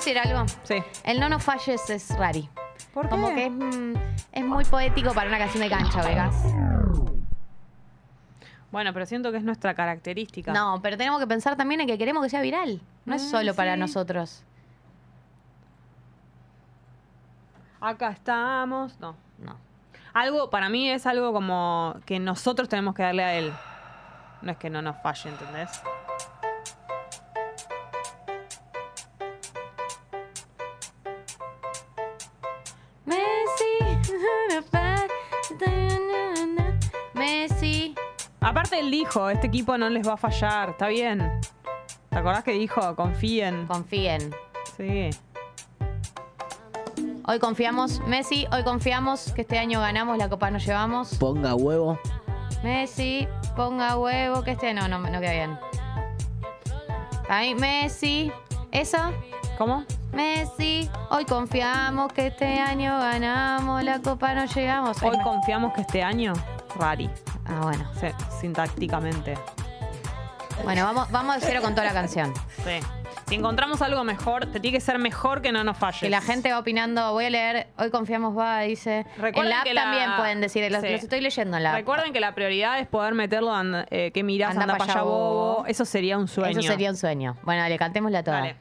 decir algo? Sí. El no nos falles es rari. ¿Por qué? Como que es muy poético para una canción de cancha, Vegas. Bueno, pero siento que es nuestra característica. No, pero tenemos que pensar también en que queremos que sea viral. No es solo para nosotros. Acá estamos. No. No. Algo, para mí es algo como que nosotros tenemos que darle a él. No es que no nos falle, ¿entendés? Messi. Aparte él dijo, este equipo no les va a fallar, está bien. ¿Te acordás que dijo? Confíen. Confíen. Sí. Hoy confiamos, Messi, hoy confiamos que este año ganamos, la copa nos llevamos. Ponga huevo. Messi, ponga huevo, que no queda bien. Ahí, Messi, ¿eso? ¿Cómo? Messi, hoy confiamos que este año ganamos, la copa nos llevamos. Hoy confiamos que este año, rari. Ah, bueno. Sí, sintácticamente. Bueno, vamos de cero con toda la canción. Sí. Si encontramos algo mejor, te tiene que ser mejor que no nos falles. Que la gente va opinando, voy a leer, hoy confiamos va, dice. Recuerden en la app que también pueden decir, los estoy leyendo en la app. Recuerden que la prioridad es poder meterlo, que mirás, anda para allá, bobo. Eso sería un sueño. Eso sería un sueño. Bueno, dale, cantémosla toda. Dale.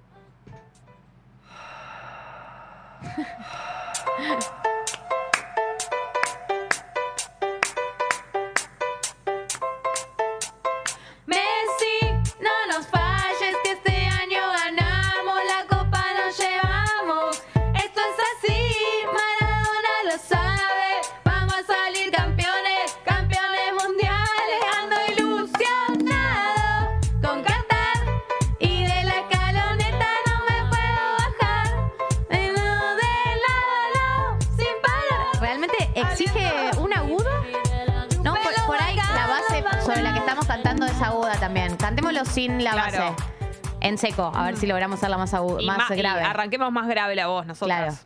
Messi, no nos falles, que este año ganamos, la copa nos llevamos. Esto es así, Maradona lo sabe. Vamos a salir campeones, campeones mundiales. Ando ilusionado con Qatar y de la escaloneta no me puedo bajar. De lado a lado, sin parar. ¿Realmente exige un agudo? No, por ahí la base sobre la que estamos cantando es aguda también. Cantémoslo sin la base. Claro. En seco, a ver si logramos hacerla más aguda, más grave. Y arranquemos más grave la voz nosotras. Claro.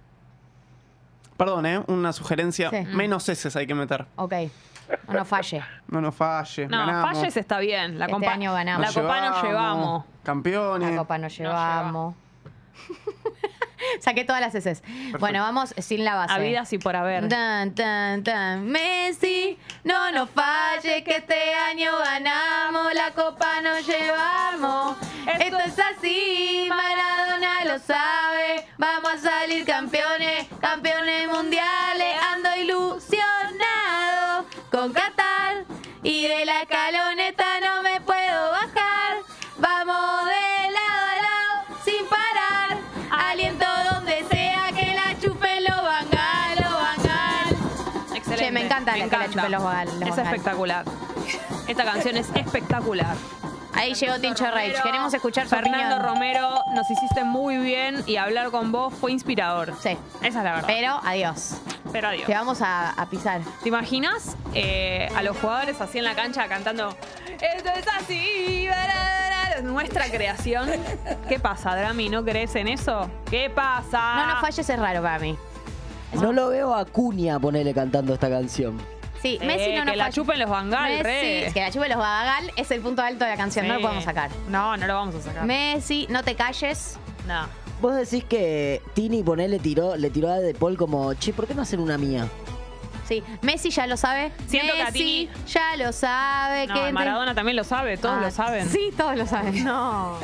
Perdón, una sugerencia. Sí. Menos heces hay que meter. Ok. No nos falle. No nos falle. No, ganamos. falles está bien. La Este año ganamos. La copa nos llevamos. Campeones. La copa nos llevamos. Saqué todas las heces. Bueno, vamos sin la base. Habidas y por haber. Tan, tan, tan. Messi, no nos falles, que este año ganamos, la copa nos llevamos. Esto es así, Maradona lo sabe. Vamos a salir campeones, campeones mundiales. Ando ilusionado con Qatar y de la escaloneta no me puedo bajar. Vamos de lado a lado sin parar. Aliento donde sea que la chupen los Bangal, los Bangal. Excelente. Che, me encanta que la chupen los Bangal. Es espectacular. Esta canción es espectacular. Ahí llegó Tincho Rage. Queremos escuchar su Fernando opinión. Romero, nos hiciste muy bien y hablar con vos fue inspirador. Sí. Esa es la verdad. Pero adiós. Pero adiós. Te vamos a pisar. ¿Te imaginas a los jugadores así en la cancha cantando esto es así, nuestra creación? ¿Qué pasa, Drami? ¿No crees en eso? ¿Qué pasa? No nos falles, es raro para mí. No lo veo a Cunha ponerle cantando esta canción. Sí, Messi no nos que la falles. chupen los Bangal, re. Que la chupen los Bangal es el punto alto de la canción. No lo podemos sacar. No, no lo vamos a sacar. Messi, no te calles. No. Vos decís que Tini le tiró a De Paul como, che, ¿por qué no hacen una mía? Sí, Messi ya lo sabe. Siento que a Messi Tini- ya lo sabe. No, que Maradona también lo sabe, todos lo saben. Sí, todos lo saben. No.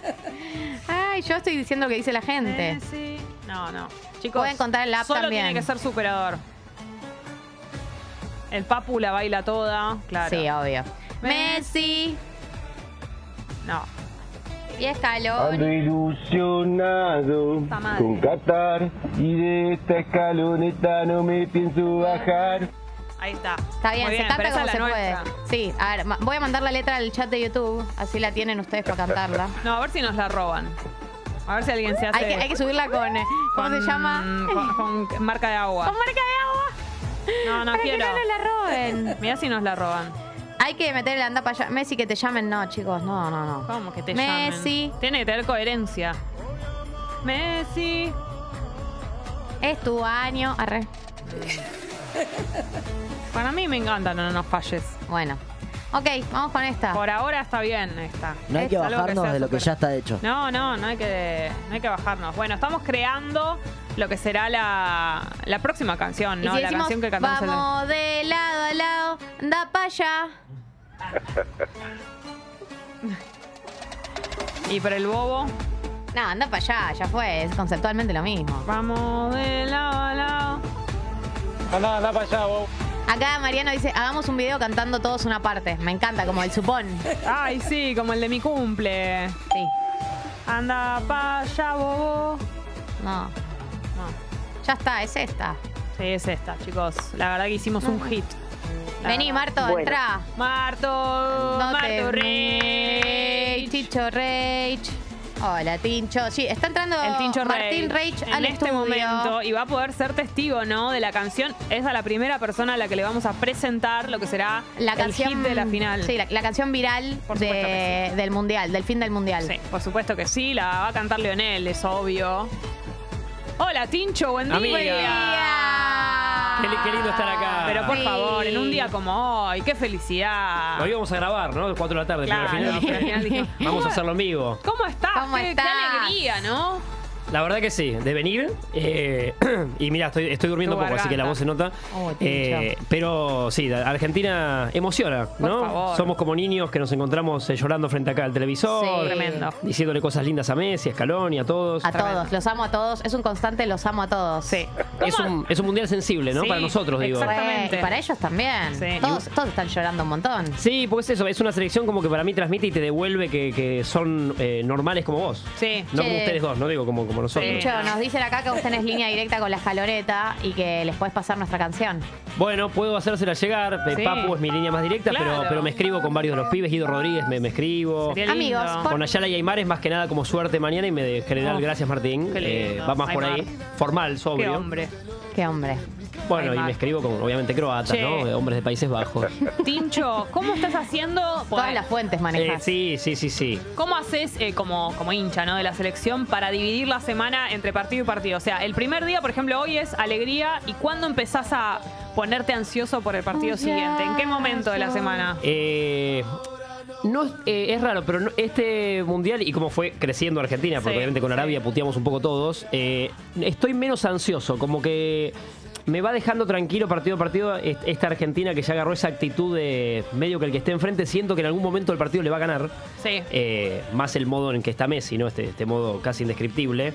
Ay, yo estoy diciendo lo que dice la gente. Sí. No, no. Chicos, Pueden contar en la app solo también. tiene que ser superador. El Papu la baila toda, claro. Sí, obvio. Messi No. y Escalón. Ando ilusionado Está mal. con Qatar y de esta escaloneta no me pienso bajar. Ahí está. Está bien, Muy se tapa pero esa como es se la puede. nuestra. Sí, a ver, voy a mandar la letra al chat de YouTube, así la tienen ustedes para cantarla. No, a ver si nos la roban. A ver si alguien se hace. Hay que subirla con, ¿cómo se llama? Con marca de agua. Con marca de agua. No, no Para quiero. que no nos la roben. Mirá si nos la roban. Hay que meterle anda para allá. Messi, que te llamen. No, chicos, no, no, no. ¿Cómo que te Messi. llamen? Tiene que tener coherencia. Messi. Es tu año. Arre. Para mí me encanta, no nos falles. Bueno. Ok, vamos con esta. Por ahora está bien esta. No hay que Es algo bajarnos sea de lo que súper- ya está hecho. No hay que bajarnos. Bueno, estamos creando lo que será la próxima canción, Y ¿no? si La decimos, canción que cantamos el- vamos de lado a lado, anda para allá. Y por el bobo, No, anda para allá, ya fue, es conceptualmente lo mismo. vamos de lado a lado. Anda para allá, vos. Acá Mariano dice, hagamos un video cantando todos una parte. Me encanta, como el supón. Ay, sí, como el de mi cumple. Sí. Anda pa' allá, bobo. No, No, ya está, es esta. sí, es esta, chicos. La verdad que hicimos un hit. La Vení, verdad. Marto, entra. Marto, Marto Rey. Tincho Rage. Hola, Tincho. Sí, está entrando El Tincho Martín Rage Rage al en este estudio. momento y va a poder ser testigo, ¿no? De la canción. Es a la primera persona a la que le vamos a presentar lo que será La canción el hit de la final. Sí, la canción viral Por supuesto que del mundial, del fin del mundial. Sí, por supuesto que sí, la va a cantar Leonel, es obvio. Hola, Tincho, buen día. Amiga. Qué lindo estar acá. Pero por Sí. favor, en un día como hoy, qué felicidad. Lo íbamos a grabar, ¿no? 4 de la tarde, Claro, primera pero al final. final dijimos, Vamos a hacerlo en vivo. ¿Cómo estás? ¿Cómo Qué estás? alegría, ¿no? La verdad que sí, de venir. Y mira, estoy durmiendo Tu poco, así que la garganta. voz se nota. Oh, Tincho. Pero sí, Argentina emociona, Por ¿no? favor. Somos como niños que nos encontramos llorando frente acá al televisor. Sí. Tremendo. Diciéndole cosas lindas a Messi, a Scaloni, a todos. A todos, los amo a todos. Es un constante, los amo a todos. Sí. Es un mundial sensible, ¿no? Sí, Para nosotros, digo. exactamente. Y para ellos también. Sí. Todos están llorando un montón. Sí, pues eso, es una selección como que para mí transmite y te devuelve que son normales como vos. Sí. No Che. como ustedes dos, no digo como nosotros. Tincho, nos dicen acá que vos tenés línea directa con la escaloreta y que les podés pasar nuestra canción. Bueno, puedo hacérsela llegar. Sí. Papu es mi línea más directa, Claro. pero me escribo con varios de los pibes. Guido Rodríguez me escribo. Sería lindo. Amigos, por- Con Ayala y Aymar es más que nada como suerte mañana y me de general Oh, gracias Martín. qué lindo. Va más por Aymar. ahí. Formal, Qué sobrio. hombre. Qué hombre. Bueno, y Aymar. me escribo con obviamente croatas, Che. ¿no? Hombres de Países Bajos. Tincho, ¿cómo estás haciendo? Todas las fuentes manejas. Sí. ¿Cómo haces como hincha, ¿no? De la selección para dividir la semana entre partido y partido? O sea, el primer día, por ejemplo, hoy es alegría. ¿Y cuándo empezás a ponerte ansioso por el partido siguiente? ¿En qué momento de la semana? No, es raro, pero este mundial, y como fue creciendo Argentina, porque Sí, obviamente con Arabia puteamos un poco todos, estoy menos ansioso, como que me va dejando tranquilo partido a partido esta Argentina que ya agarró esa actitud de medio que el que esté enfrente siento que en algún momento el partido le va a ganar. Sí. Más el modo en que está Messi, ¿no? Este modo casi indescriptible.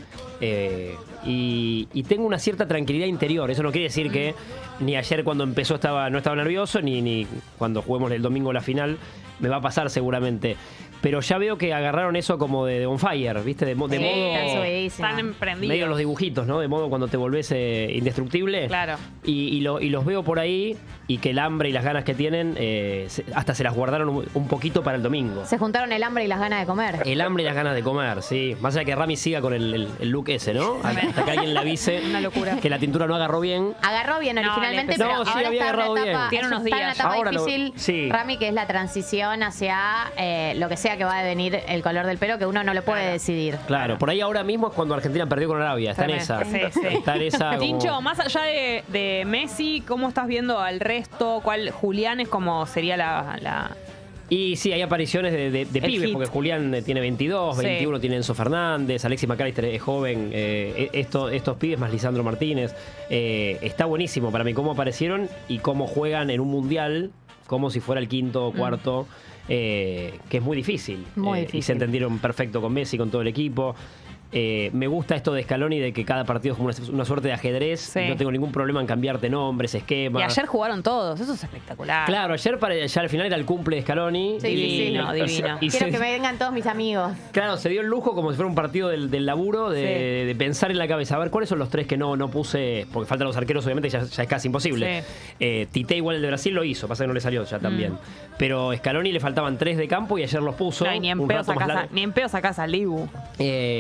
Y tengo una cierta tranquilidad interior. Eso no quiere decir que ni ayer cuando empezó no estaba nervioso, ni cuando juguemos el domingo la final me va a pasar seguramente. Pero ya veo que agarraron eso como de on fire, ¿viste? De modo... están subidísimos. Están emprendidos. Medio los dibujitos, ¿no? De modo cuando te volvés indestructible. Claro. Y los veo por ahí y que el hambre y las ganas que tienen hasta se las guardaron un poquito para el domingo. Se juntaron el hambre y las ganas de comer. El hambre y las ganas de comer, sí. Más allá que Rami siga con el look ese, ¿no? Hasta que alguien le avise Una locura. que la tintura no agarró bien. Agarró bien No, originalmente, le pero empezó- No, sí, ahora había está en una agarrado etapa, bien. Tiene unos está en una días. etapa Ahora difícil, sí. Rami, que es la transición hacia lo que sea que va a devenir el color del pelo, que uno no lo puede Claro. decidir. Claro, por ahí ahora mismo es cuando Argentina perdió con Arabia. Está en esa. Sí, sí. Está en esa. como- Tincho, más allá de Messi, ¿cómo estás viendo al resto? ¿Cuál Julián es como sería la... Y sí, hay apariciones de pibes, hit. porque Julián tiene 22, Sí. 21 tiene Enzo Fernández, Alexis McAllister es joven, estos pibes más Lisandro Martínez. Está buenísimo para mí cómo aparecieron y cómo juegan en un mundial como si fuera el quinto o cuarto, que es muy difícil. Muy Y difícil. se entendieron perfecto con Messi, con todo el equipo. Me gusta esto de Scaloni de que cada partido es como una suerte de ajedrez. Sí. No tengo ningún problema en cambiarte nombres, esquemas. Y ayer jugaron todos, eso es espectacular. Claro, ya al final era el cumple de Scaloni. Sí, Divino, divino. Y Quiero se- que me vengan todos mis amigos. Claro, se dio el lujo como si fuera un partido del laburo de pensar en la cabeza. A ver, ¿cuáles son los tres que no puse? Porque faltan los arqueros, obviamente, ya es casi imposible. Tite, igual el de Brasil, lo hizo, pasa que no le salió ya también. Pero Scaloni le faltaban 3 de campo y ayer los puso. No, y ni en un pedo rato más sacás largo. ni en pedo sacás al Libu.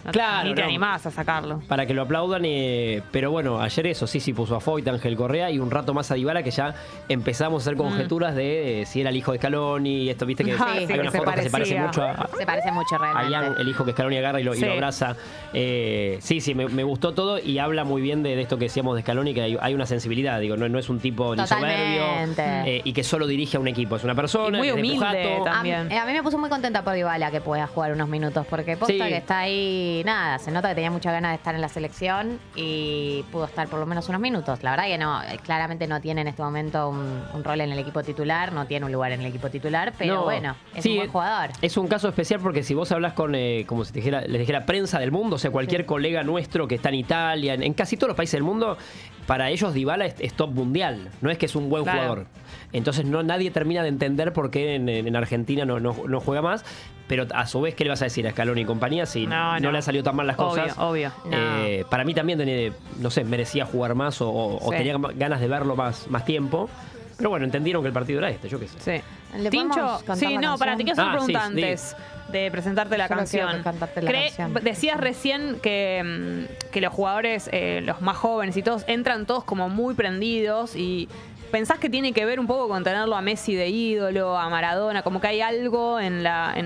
Claro, Ni te no. animás a sacarlo. Para que lo aplaudan, pero bueno, ayer eso sí puso a Foyt, Ángel Correa y un rato más a Dybala, que ya empezamos a hacer conjeturas de si era el hijo de Scaloni y esto, viste que Ah, hay sí, una que se foto que se parece parecía. mucho a Se parece mucho a realmente. Ian, el hijo que Scaloni agarra y lo Sí. abraza. Sí, me gustó todo y habla muy bien de esto que decíamos de Scaloni, que hay una sensibilidad, digo, no es un tipo ni Totalmente. soberbio y que solo dirige a un equipo, es una persona, Y muy es de humilde Pujato. también. A mí me puso muy contenta por Dybala que pueda jugar unos minutos, porque posta Sí. que está ahí, nada, se nota que tenía mucha ganas de estar en la selección y pudo estar por lo menos unos minutos. La verdad que no, claramente no tiene en este momento un rol en el equipo titular, no tiene un lugar en el equipo titular, pero No. bueno, es Sí, un buen jugador. Es un caso especial porque si vos hablas con, como si les dijera prensa del mundo, o sea, cualquier colega nuestro que está en Italia, en casi todos los países del mundo, para ellos Dybala es top mundial, no es que es un buen Claro. jugador. Entonces nadie termina de entender por qué en Argentina no juega más, pero a su vez, ¿qué le vas a decir a Scaloni y compañía si no le han salido tan mal las cosas? Obvio. Para mí también, no sé, merecía jugar más o Sí. tenía ganas de verlo más tiempo. Pero bueno, entendieron que el partido era este, yo qué sé. Sí. ¿Le Tincho, podemos cantar sí, la no, para, te quiero hacer una pregunta sí, antes de presentarte la Solo quiero canción. cantarte la canción. Decías recién que los jugadores, los más jóvenes y todos, entran todos como muy prendidos y ¿pensás que tiene que ver un poco con tenerlo a Messi de ídolo, a Maradona? Como que hay algo en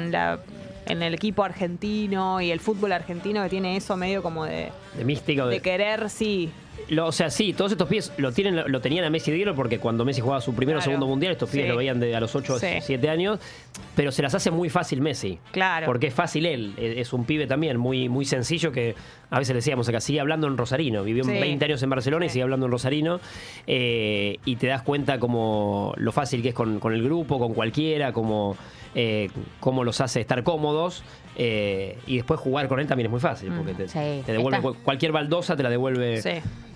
el equipo argentino y el fútbol argentino que tiene eso medio como de mística. de querer, sí. O sea, sí, todos estos pies lo tenían a Messi de ídolo porque cuando Messi jugaba su primero o Claro. segundo mundial, estos pies Sí. lo veían a los 8 o Sí. 7 años, pero se las hace muy fácil Messi. Claro. Porque es fácil él, es un pibe también muy, muy sencillo que a veces le decíamos acá, sigue hablando en Rosarino, vivió Sí. 20 años en Barcelona y Sí. sigue hablando en Rosarino, y te das cuenta como lo fácil que es con el grupo, con cualquiera, como cómo los hace estar cómodos, y después jugar con él también es muy fácil, porque sí. te devuelve Está- cualquier baldosa, te la devuelve Sí.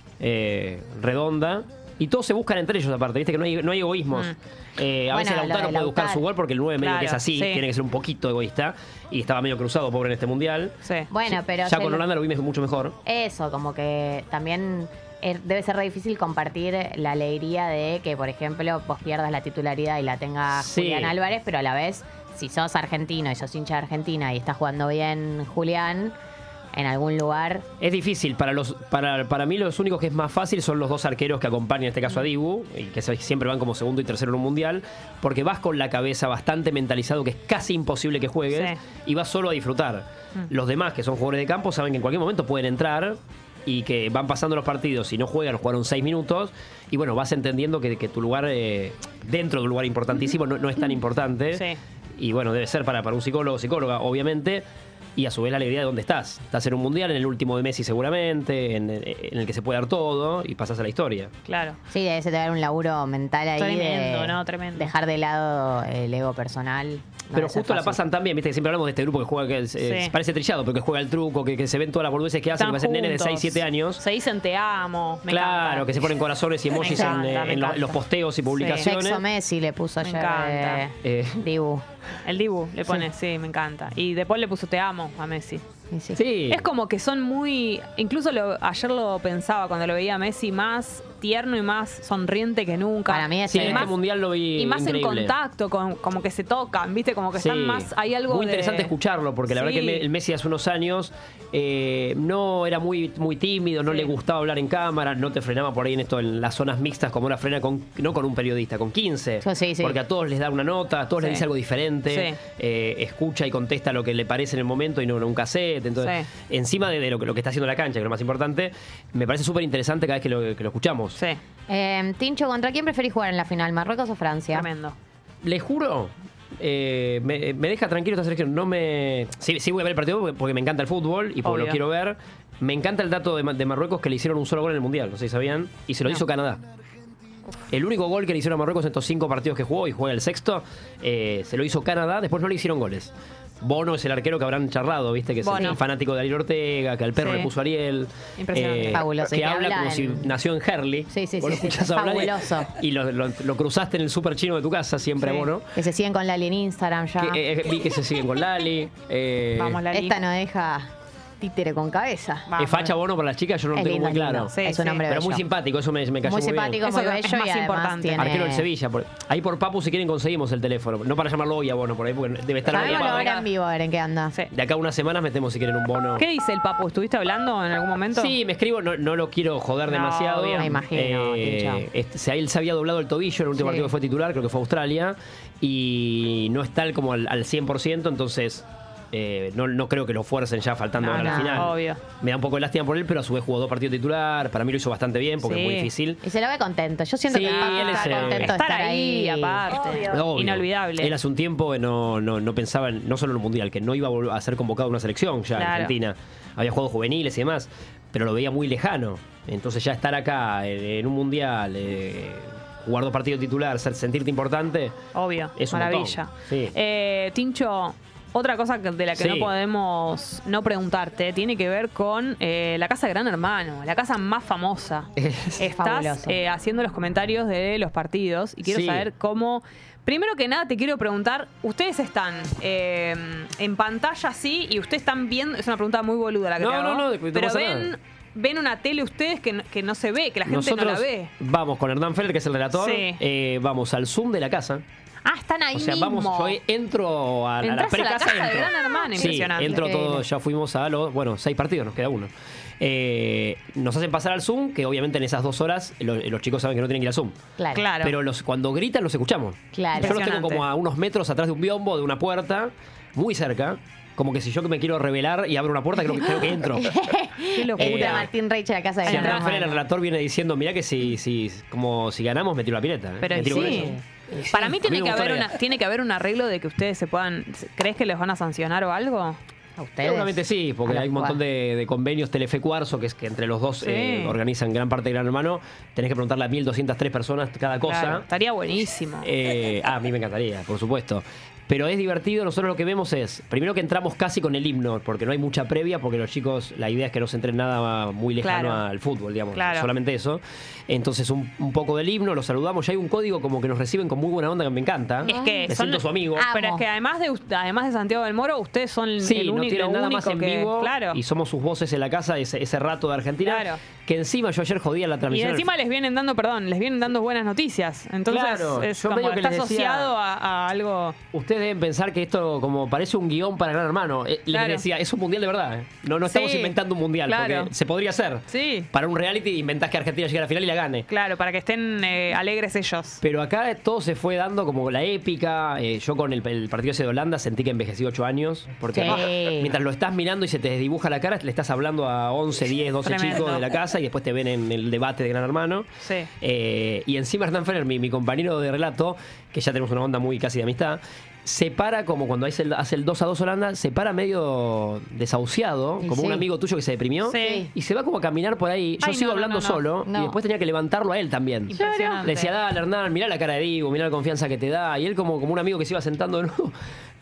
redonda. Y todos se buscan entre ellos aparte, viste que no hay egoísmos. A Bueno, veces lo Lautaro de puede buscar Lautaro. su gol porque el 9 medio Claro, que es así, sí. tiene que ser un poquito egoísta. Y estaba medio cruzado, pobre, en este mundial. Sí. Bueno, pero Ya se con le- Holanda lo vi mucho mejor. Eso, como que también debe ser re difícil compartir la alegría de que, por ejemplo, vos pierdas la titularidad y la tenga Sí. Julián Álvarez, pero a la vez, si sos argentino y sos hincha de Argentina y estás jugando bien Julián, en algún lugar. Es difícil. Para mí los únicos que es más fácil son los dos arqueros que acompañan en este caso a Dibu, y que siempre van como segundo y tercero en un mundial, porque vas con la cabeza bastante mentalizado que es casi imposible que juegues, Sí. y vas solo a disfrutar. Los demás, que son jugadores de campo, saben que en cualquier momento pueden entrar y que van pasando los partidos. Si no jugaron 6 minutos, y bueno, vas entendiendo que tu lugar, dentro de un lugar importantísimo, no es tan importante. Sí. Y bueno, debe ser para un psicólogo, psicóloga, obviamente. Y a su vez la alegría de dónde estás. Estás en un mundial, en el último de Messi seguramente, en el que se puede dar todo y pasas a la historia. Claro. Sí, debe ser tener un laburo mental ahí. Tremendo, de ¿no? Tremendo. Dejar de lado el ego personal. No Pero debe ser justo la fácil. pasan tan bien, viste que siempre hablamos de este grupo que juega, que Sí. parece trillado, pero que juega el truco, que se ven todas las boludeces que hacen, que parecen nenes de 6, 7 años. Se dicen te amo. Me Claro, encanta. que se ponen corazones y emojis Me encanta, me en encanta. los posteos y publicaciones. Sexo Messi le puso Me ayer encanta. Dibu. El Dibu le pone, sí, me encanta. Y después le puso te amo a Messi. Y sí. Sí. Es como que son muy. Incluso ayer lo pensaba cuando lo veía a Messi más tierno y más sonriente que nunca. Para mí es Sí, el- en este mundial lo vi Y más increíble. en contacto, como que se tocan, ¿viste? Como que Sí. están más. Hay algo muy de- interesante escucharlo, porque la Sí. verdad que el Messi hace unos años no era muy tímido, no Sí. le gustaba hablar en cámara, no te frenaba por ahí en las zonas mixtas como ahora frena no con un periodista, con 15. Sí, sí. Porque a todos les da una nota, a todos les Sí. dice algo diferente, Sí. escucha y contesta lo que le parece en el momento y no en un cassette. Entonces, Sí. encima de lo que está haciendo la cancha, que es lo más importante, me parece súper interesante cada vez que lo escuchamos. Sí, Tincho, ¿contra quién preferís jugar en la final, Marruecos o Francia? tremendo. Les juro, me deja tranquilo esta selección. Sí voy a ver el partido porque me encanta el fútbol y porque Obvio. lo quiero ver. Me encanta el dato de Marruecos, que le hicieron un solo gol en el Mundial, no sé si sabían, y se lo hizo Canadá. El único gol que le hicieron a Marruecos en estos 5 partidos que jugó, y juega el sexto, se lo hizo Canadá, después no le hicieron goles. Bono es el arquero que habrán charlado, viste, que es Bono. el fanático de Ariel Ortega, que al perro Sí. le puso Ariel. Impresionante. Fabuloso. Y Que que habla habla como si en- nació en Herley. Sí, sí, Vos lo sí, sí, escuchás es hablar fabuloso. y lo cruzaste en el super chino de tu casa, siempre Sí. a Bono. Que se siguen con Lali en Instagram ya. Vi que se siguen con Lali. Vamos, Lali. Esta no deja. títere con cabeza. Vamos. ¿Es facha Bono para las chicas? Yo no lo Es tengo lindo, muy es lindo. claro. Sí, Es un sí. hombre Pero bello. muy simpático, eso me cayó Muy muy simpático, bien. muy Eso es bello más y además importante. tiene... Arquero del Sevilla. Ahí por Papu, si quieren, conseguimos el teléfono. No para llamarlo hoy a Bono, por ahí, porque debe estar Llamémoslo ocupado. ahora en vivo, a ver en qué anda. Sí. De acá a unas semanas metemos, si quieren, un bono. ¿Qué dice el Papu? ¿Estuviste hablando en algún momento? Sí, me escribo, no lo quiero joder No, demasiado. obvio. Me imagino, Él se había doblado el tobillo en el último Sí. partido que fue titular, creo que fue Australia, y no está como al 100%, entonces no creo que lo fuercen ya faltando No, ahora la no, final. obvio. Me da un poco de lástima por él, pero a su vez jugó 2 partidos titular. Para mí lo hizo bastante bien porque Sí. es muy difícil. Y se lo ve contento. Yo siento Sí, que el Papu él está es, contento de Estar ahí, aparte. Obvio. Inolvidable. Él hace un tiempo no pensaba, no solo en el Mundial, que no iba a ser convocado a una selección ya en Claro. Argentina. Había jugado juveniles y demás, pero lo veía muy lejano. Entonces ya estar acá en un Mundial, jugar 2 partidos titular, sentirte importante, Obvio, es un maravilla. montón. Sí. Tincho, otra cosa de la que Sí. no podemos no preguntarte tiene que ver con la casa de Gran Hermano, la casa más famosa. Estás fabuloso. haciendo los comentarios de los partidos y quiero Sí. saber cómo... Primero que nada te quiero preguntar, ustedes están en pantalla así y ustedes están viendo, es una pregunta muy boluda la que No, te hago, no, no pero pasa ven... nada. Ven una tele ustedes que no se ve, que la gente Nosotros no la ve. vamos con Hernán Feller, que es el relator, Sí. vamos al Zoom de la casa. Ah, están ahí O sea, mismo. yo entro a la Entrás a la precasa. casa de entro. Gran Hermano, Sí, impresionante. entro Increíble. todo, ya fuimos a los, 6 partidos, nos queda uno. Nos hacen pasar al Zoom, que obviamente en esas 2 horas los chicos saben que no tienen que ir al Zoom. Claro. Claro. Pero cuando gritan los escuchamos. Claro. Yo los tengo Impresionante. como a unos metros atrás de un biombo, de una puerta, muy cerca. Como que si yo que me quiero revelar y abro una puerta, creo que entro. Qué locura. Puta Martín Reich a la casa de Si Gran Hernán Feller, el Hermano. relator, viene diciendo, mirá que si ganamos, me tiro la pileta. Pero me tiro con sí. eso. Para mí A mí me gustaría. tiene que haber un arreglo de que ustedes se puedan... ¿Crees que les van a sancionar o algo? A ustedes. Seguramente sí, porque A los hay un montón jugadores. de convenios. Telefe Cuarzo, que es que entre los dos Sí. organizan gran parte de Gran Hermano. Tenés que preguntarle a 1.203 personas cada cosa. Claro, estaría buenísimo. A mí me encantaría, por supuesto. Pero es divertido, nosotros lo que vemos es, primero que entramos casi con el himno, porque no hay mucha previa, porque los chicos, la idea es que no se entren nada muy lejano Claro. al fútbol, digamos, Claro. solamente eso. Entonces un poco del himno, los saludamos, ya hay un código como que nos reciben con muy buena onda que me encanta. Es que me son- siento su amigo. Ah, Pero es Amo. que además de Santiago del Moro, ustedes son Sí, el no único, tienen lo nada único más en que... vivo Claro. y somos sus voces en la casa ese rato de Argentina. Claro. Que encima yo ayer jodía la Y transmisión. encima les vienen dando buenas noticias. Entonces Claro, es yo como medio que está les decía- asociado a algo... Ustedes deben pensar que esto como parece un guión para Gran Hermano. Les Claro. decía, es un mundial de verdad. No estamos Sí, inventando un mundial, claro. porque se podría hacer. Sí. Para un reality inventás que Argentina llegue a la final y la gane. Claro, para que estén alegres ellos. Pero acá todo se fue dando como la épica. Yo con el partido ese de Holanda sentí que envejecí 8 años. Porque Sí. mientras lo estás mirando y se te desdibuja la cara, le estás hablando a 11, 10, 12 Tremendo. chicos de la casa y después te ven en el debate de Gran Hermano. Sí. Y encima Hernán Feller, mi compañero de relato, que ya tenemos una onda muy casi de amistad, se para como cuando hace el 2-2 Holanda, se para medio desahuciado, Y como sí. un amigo tuyo que se deprimió, Sí. y se va como a caminar por ahí. Yo Ay, sigo no, no, hablando no, no. solo, No. y después tenía que levantarlo a él también. Impresionante. Le decía, dale Hernán, mirá la cara de Diego, mirá la confianza que te da. Y él como un amigo que se iba sentando de nuevo.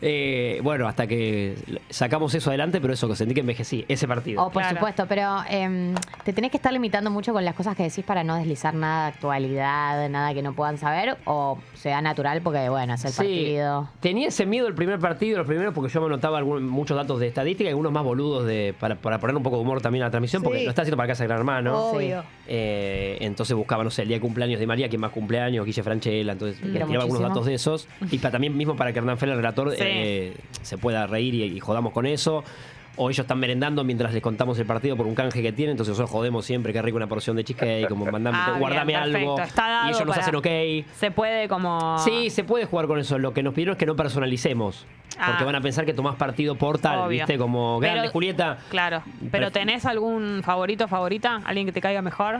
Bueno, hasta que sacamos eso adelante, pero eso, que sentí que envejecí, ese partido. Oh, por Claro. supuesto, pero te tenés que estar limitando mucho con las cosas que decís para no deslizar nada de actualidad, nada que no puedan saber, o sea natural porque, bueno, es el Sí, partido. tenía ese miedo el primer partido, los primeros, porque yo me anotaba muchos datos de estadística y algunos más boludos para poner un poco de humor también a la transmisión, porque lo está haciendo para casa de Gran Hermano. Obvio. Entonces buscaba, no sé, el día de cumpleaños de María, quién más cumpleaños, Guille Franchella, entonces le Quiero tiraba algunos muchísimo. datos de esos. Y también mismo para que Hernán Feller, el relator, Sí. se pueda reír y jodamos con eso. O ellos están merendando mientras les contamos el partido por un canje que tienen, entonces nosotros jodemos siempre, qué rico una porción de cheesecake, como mandame, Ah, guardame bien, algo. perfecto. Está dado Y ellos nos para- hacen ok. Se puede como... Sí, se puede jugar con eso. Lo que nos pidieron es que no personalicemos. Porque Ah. van a pensar que tomás partido por tal, Obvio. ¿viste? Como grande Pero- Julieta. Claro. ¿Pero tenés algún favorito, favorita? ¿Alguien que te caiga mejor?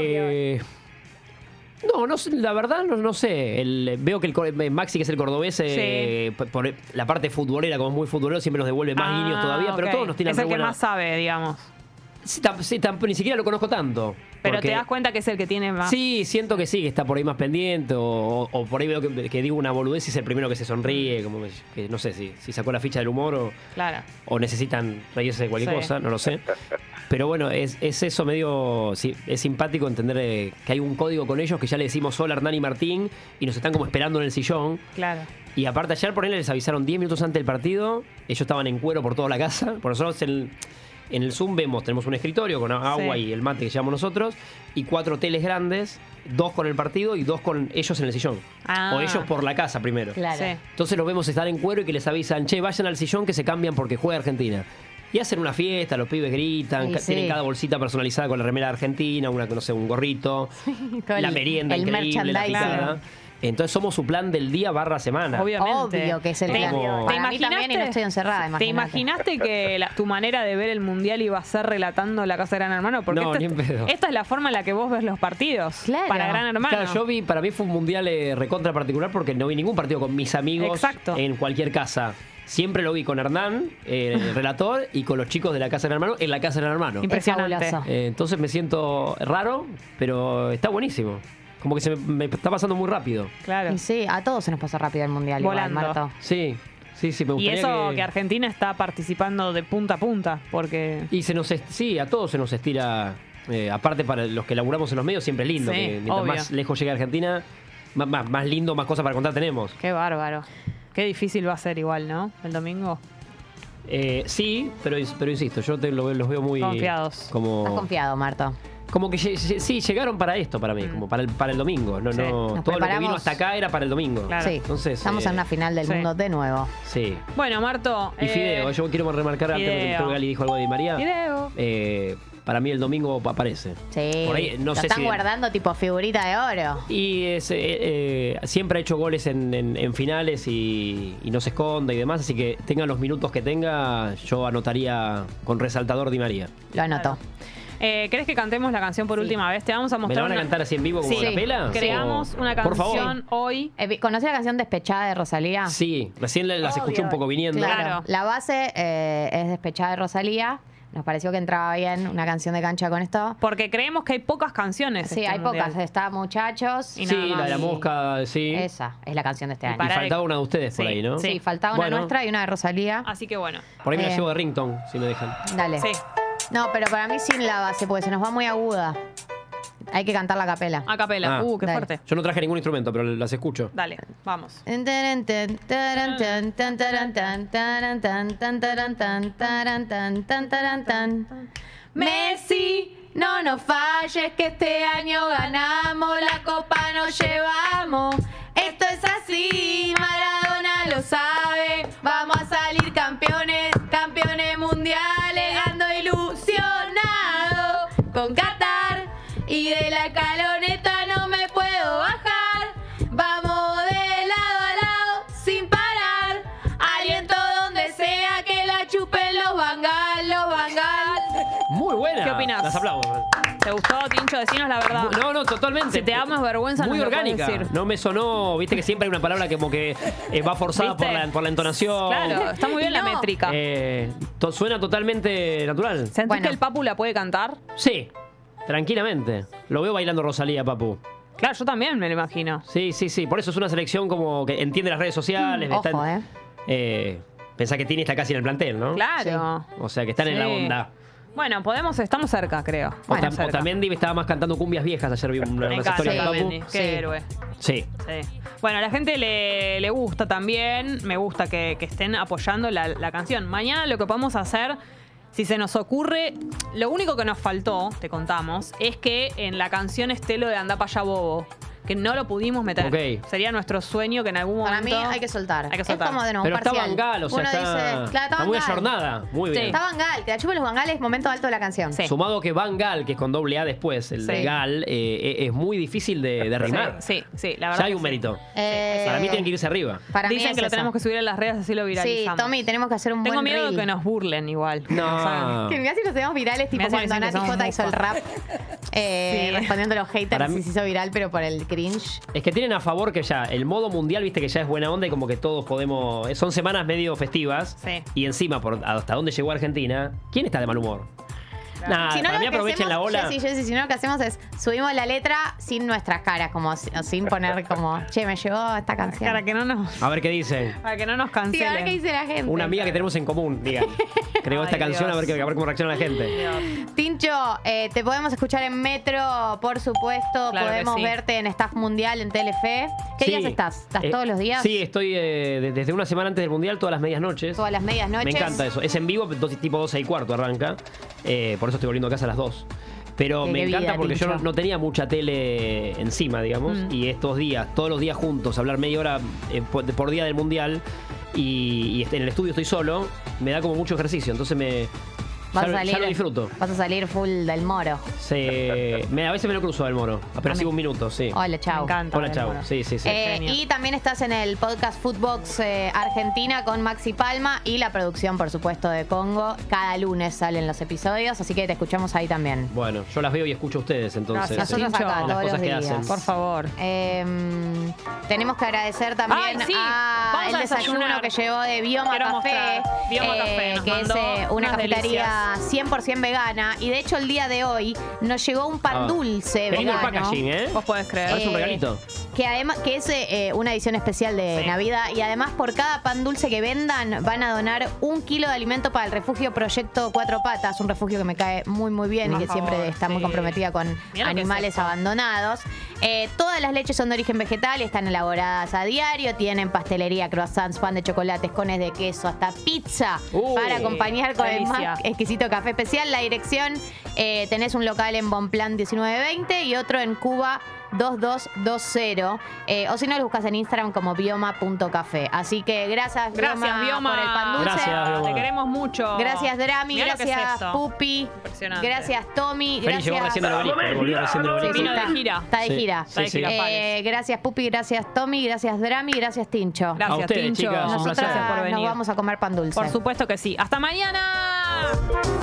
No sé, la verdad no sé. Veo que Maxi, que es el cordobés, por la parte futbolera, como es muy futbolero, siempre nos devuelve más guiños todavía, pero ok. todos nos tiran Es el re que buena- más sabe, digamos. Sí, ni siquiera lo conozco tanto. Pero porque- te das cuenta que es el que tiene más... Sí, siento que sí, que está por ahí más pendiente, o por ahí veo que digo una boludez y es el primero que se sonríe, como que no sé si sacó la ficha del humor Claro. o necesitan reírse de cualquier Sí. cosa, no lo sé. Pero bueno, es eso medio, sí, es simpático entender que hay un código con ellos, que ya le decimos hola Hernán y Martín, y nos están como esperando en el sillón. Claro. Y aparte ayer por él les avisaron 10 minutos antes del partido, ellos estaban en cuero por toda la casa, por nosotros En el Zoom tenemos un escritorio con agua Sí. y el mate que llevamos nosotros, y 4 teles grandes, 2 con el partido y 2 con ellos en el sillón. Ah. O ellos por la casa primero. Claro. Sí. Entonces los vemos estar en cuero y que les avisan, che, vayan al sillón que se cambian porque juega Argentina. Y hacen una fiesta, los pibes gritan, Sí, tienen sí. cada bolsita personalizada con la remera de Argentina, una, no sé, un gorrito, Con la merienda el increíble, la merchandising. picada. Entonces somos su plan del día / semana. Obviamente. Obvio que es el Te- plan. ¿te Para mí también y no estoy encerrada, ¿Te imagínate. imaginaste que tu manera de ver el mundial iba a ser relatando La Casa de Gran Hermano? Porque No, esta, ni en pedo. esta es la forma en la que vos ves los partidos Claro. para Gran Hermano. Claro, yo vi, para mí fue un mundial recontra particular porque no vi ningún partido con mis amigos Exacto. en cualquier casa. Siempre lo vi con Hernán, el relator, y con los chicos de la Casa de Gran Hermano en la Casa de Gran Hermano. Impresionante. fabuloso. Entonces me siento raro, pero está buenísimo. Como que me está pasando muy rápido. Claro. Y sí, a todos se nos pasó rápido el mundial. Igual, Volando. Marto. Sí, me Y gustaría eso que Argentina está participando de punta a punta, porque... Y sí, a todos se nos estira. Aparte, para los que laburamos en los medios, siempre es lindo. Sí, que mientras obvio. más lejos llegue Argentina, más lindo, más cosas para contar tenemos. Qué bárbaro. Qué difícil va a ser igual, ¿no? El domingo. Sí, pero insisto, yo los veo muy Confiados. Como, Estás confiado, Marto. como que sí, llegaron para esto, para mí, como para el domingo. No, Sí. no, Nos todo lo que vino preparamos. hasta acá era para el domingo. Claro. Sí. Entonces, Estamos en una final del sí. mundo de nuevo. Sí. Bueno, Marto. Y Fideo, yo quiero remarcar antes de que Fideo. creo que Gali dijo algo de Di María. Fideo. Para mí el domingo aparece. Sí. Por ahí, no Lo sé están si- guardando tipo figurita de oro. Y siempre ha hecho goles en finales y no se esconde y demás, así que tenga los minutos que tenga, yo anotaría con resaltador Di María. Lo anoto. ¿Querés que cantemos la canción por Sí. última vez? Te vamos a ¿Me mostrar. la van a una- cantar así en vivo como Sí. la pela? Creamos ¿O- una Por favor. canción hoy. ¿Conocés la canción Despechada de Rosalía? Sí, recién las escuché un poco viniendo. Claro. Claro. La base es Despechada de Rosalía. Nos pareció que entraba bien una canción de cancha con esto. Porque creemos que hay pocas canciones. Sí, este hay mundial. pocas. Está Muchachos. Y Sí, nada la de la más. mosca, sí. Esa es la canción de este Y año. Y para- faltaba una de ustedes por Sí, ahí, ¿no? Sí, sí. faltaba una Bueno. nuestra y una de Rosalía. Así que bueno. Por ahí me la Eh. llevo de ringtone, si me dejan. Dale. Sí. No, pero para mí sin la base, porque se nos va muy aguda. Hay que cantar la capela. A capela. Ah. Qué Dale. fuerte. Yo no traje ningún instrumento, pero las escucho. Dale, vamos. Messi, no nos falles que este año ganamos, la copa nos llevamos. Esto es así, Maradona lo sabe. Vamos a salir campeones, campeones mundiales. Ando ilusionado con Qatar y de la escaloneta no me puedo bajar. Vamos de lado a lado sin parar. Aliento donde sea que la chupen los Bangal, los Bangal. Muy buena. ¿Qué opinás? Las aplaudo. ¿Te gustó, Tincho? Decinos la verdad. No, totalmente. Si te da más vergüenza, Muy no lo podés orgánica. decir. No me sonó, viste que siempre hay una palabra que como que va forzada ¿Viste? por la entonación. Claro, está muy bien la No. métrica. Suena totalmente natural. ¿Sentís Bueno. que el Papu la puede cantar? Sí, tranquilamente. Lo veo bailando Rosalía, Papu. Claro, yo también me lo imagino. Sí. Por eso es una selección como que entiende las redes sociales. Ojo, Pensá que Tini está casi en el plantel, ¿no? Claro. O sea, que están en la Sí. onda. Bueno, estamos cerca, creo. O, Bueno, o cerca. también Divi estaba más cantando cumbias viejas. Ayer vi una Me encanta historia de Papu. Mendy, qué Sí. héroe. Sí. Sí. Bueno, a la gente le gusta también. Me gusta que estén apoyando la canción. Mañana lo que podemos hacer, si se nos ocurre, lo único que nos faltó, te contamos, es que en la canción esté lo de Andá pa' allá bobo. Que no lo pudimos meter. Ok. Sería nuestro sueño que en algún Para momento. mí hay que soltar. Hay que soltar. Es como de nuevo Pero un está parcial. Bangal, o sea, Uno está, dice, claro, está está muy Bangal. ayornada. Muy bien. Sí. Está Bangal. Te la chupen los Bangales, momento alto de la canción. Sí. Sumado que Van Gaal, que es con doble A después, el Sí. de Gal, es muy difícil de rimar. Sí, la verdad. Ya hay que un sí. mérito. Eh, Para mí tienen que irse arriba. Para mí Dicen es que lo eso. tenemos que subir a las redes, así lo Sí, viralizamos. Tommy, tenemos que hacer un Tengo buen miedo reel. de que nos burlen igual. No. O sea, Que mirá si nos hacemos virales, tipo Me hace cuando decir que Nati somos J hizo el mufas. rap respondiendo a los haters Para mí- y se hizo viral, pero por el cringe. Es que tienen a favor que ya el modo mundial, viste que ya es buena onda y como que todos podemos. Son semanas medio festivas. Sí. Y encima, hasta dónde llegó Argentina, ¿quién está de mal humor? Nada, Si no, para lo mí que aprovechen la hacemos, ola. Jessy, si no, lo que hacemos es subimos la letra sin nuestras caras, como sin poner como, che, me llegó esta canción. Para que no nos, A ver qué dicen. para que no nos Sí, a ver qué cancelen. dice la gente. Una amiga que tenemos en común, digan. Creó esta Ay, canción, a ver, Dios. a ver cómo reacciona la gente. Tincho, te podemos escuchar en Metro, por supuesto. Claro que Podemos sí. verte en Staff Mundial, en Telefe. ¿Qué Sí. días estás? ¿Estás todos los días? Sí, estoy desde una semana antes del Mundial, todas las medias noches. Todas las medias noches. Me encanta eso. Es en vivo, tipo 12:15 arranca. Por eso estoy volviendo a casa a las 2. Pero Qué me encanta vida, porque yo Tincho. no tenía mucha tele encima, digamos. Y estos días, todos los días juntos, hablar media hora por día del Mundial. Y en el estudio estoy solo, me da como mucho ejercicio. Entonces Vas a ya lo disfruto. Vas a salir full del moro. A veces me lo cruzo del moro. Apenas sigo un minuto, sí. Hola, Me chao. encanta. Hola, el chao. mono. Sí, sí, sí. Genio. Y también estás en el podcast Footbox Argentina con Maxi Palma y la producción, por supuesto, de Congo. Cada lunes salen los episodios, así que te escuchamos ahí también. Bueno, yo las veo y escucho a ustedes, entonces. Gracias, Nosotros Tincho. acá Las todos cosas los que días. hacen. Por favor. Tenemos que agradecer también Ay, sí. a Vamos el a desayuno desayunar. que llegó de Bioma Quiero Café, mostrar. Bioma Café nos que es mandó una unas cafetería 100% vegana. Y de hecho el día de hoy nos llegó un pan dulce Qué lindo el vegano. packaging, ¿eh? Vos podés creer. Parece un Eh, regalito. Que además que es una edición especial de Sí. Navidad y además por cada pan dulce que vendan van a donar 1 kilo de alimento para el refugio Proyecto Cuatro Patas, un refugio que me cae muy bien y Por que favor, siempre está muy sí. comprometida con Mirá lo que es animales esto. abandonados. Todas las leches son de origen vegetal y están elaboradas a diario, tienen pastelería, croissants, pan de chocolate, cones de queso, hasta pizza para acompañar con el delicia. más exquisito café especial. La dirección, tenés un local en Bonplan 1920 y otro en Cuba 2220. O si no, lo buscas en Instagram como bioma.café. Así que gracias, Gracias, Bioma. por el pan dulce. Gracias, Bioma. Te queremos mucho. Gracias, Drami. Mirá lo que es Gracias, esto. Pupi. Impresionante. Gracias, Tommy. Feli llegó Gracias. recién del obelisco. Volvió recién del obelisco. Vino de está- gira. Está de Sí, gira. sí, sí. Gracias, Pupi. Gracias, Tommy. Gracias, Drami. Gracias, Tincho. Gracias, A ustedes, Tincho. chicas, un Nosotras placer. Gracias por nos venir. vamos a comer pan dulce. Por supuesto que sí. ¡Hasta mañana!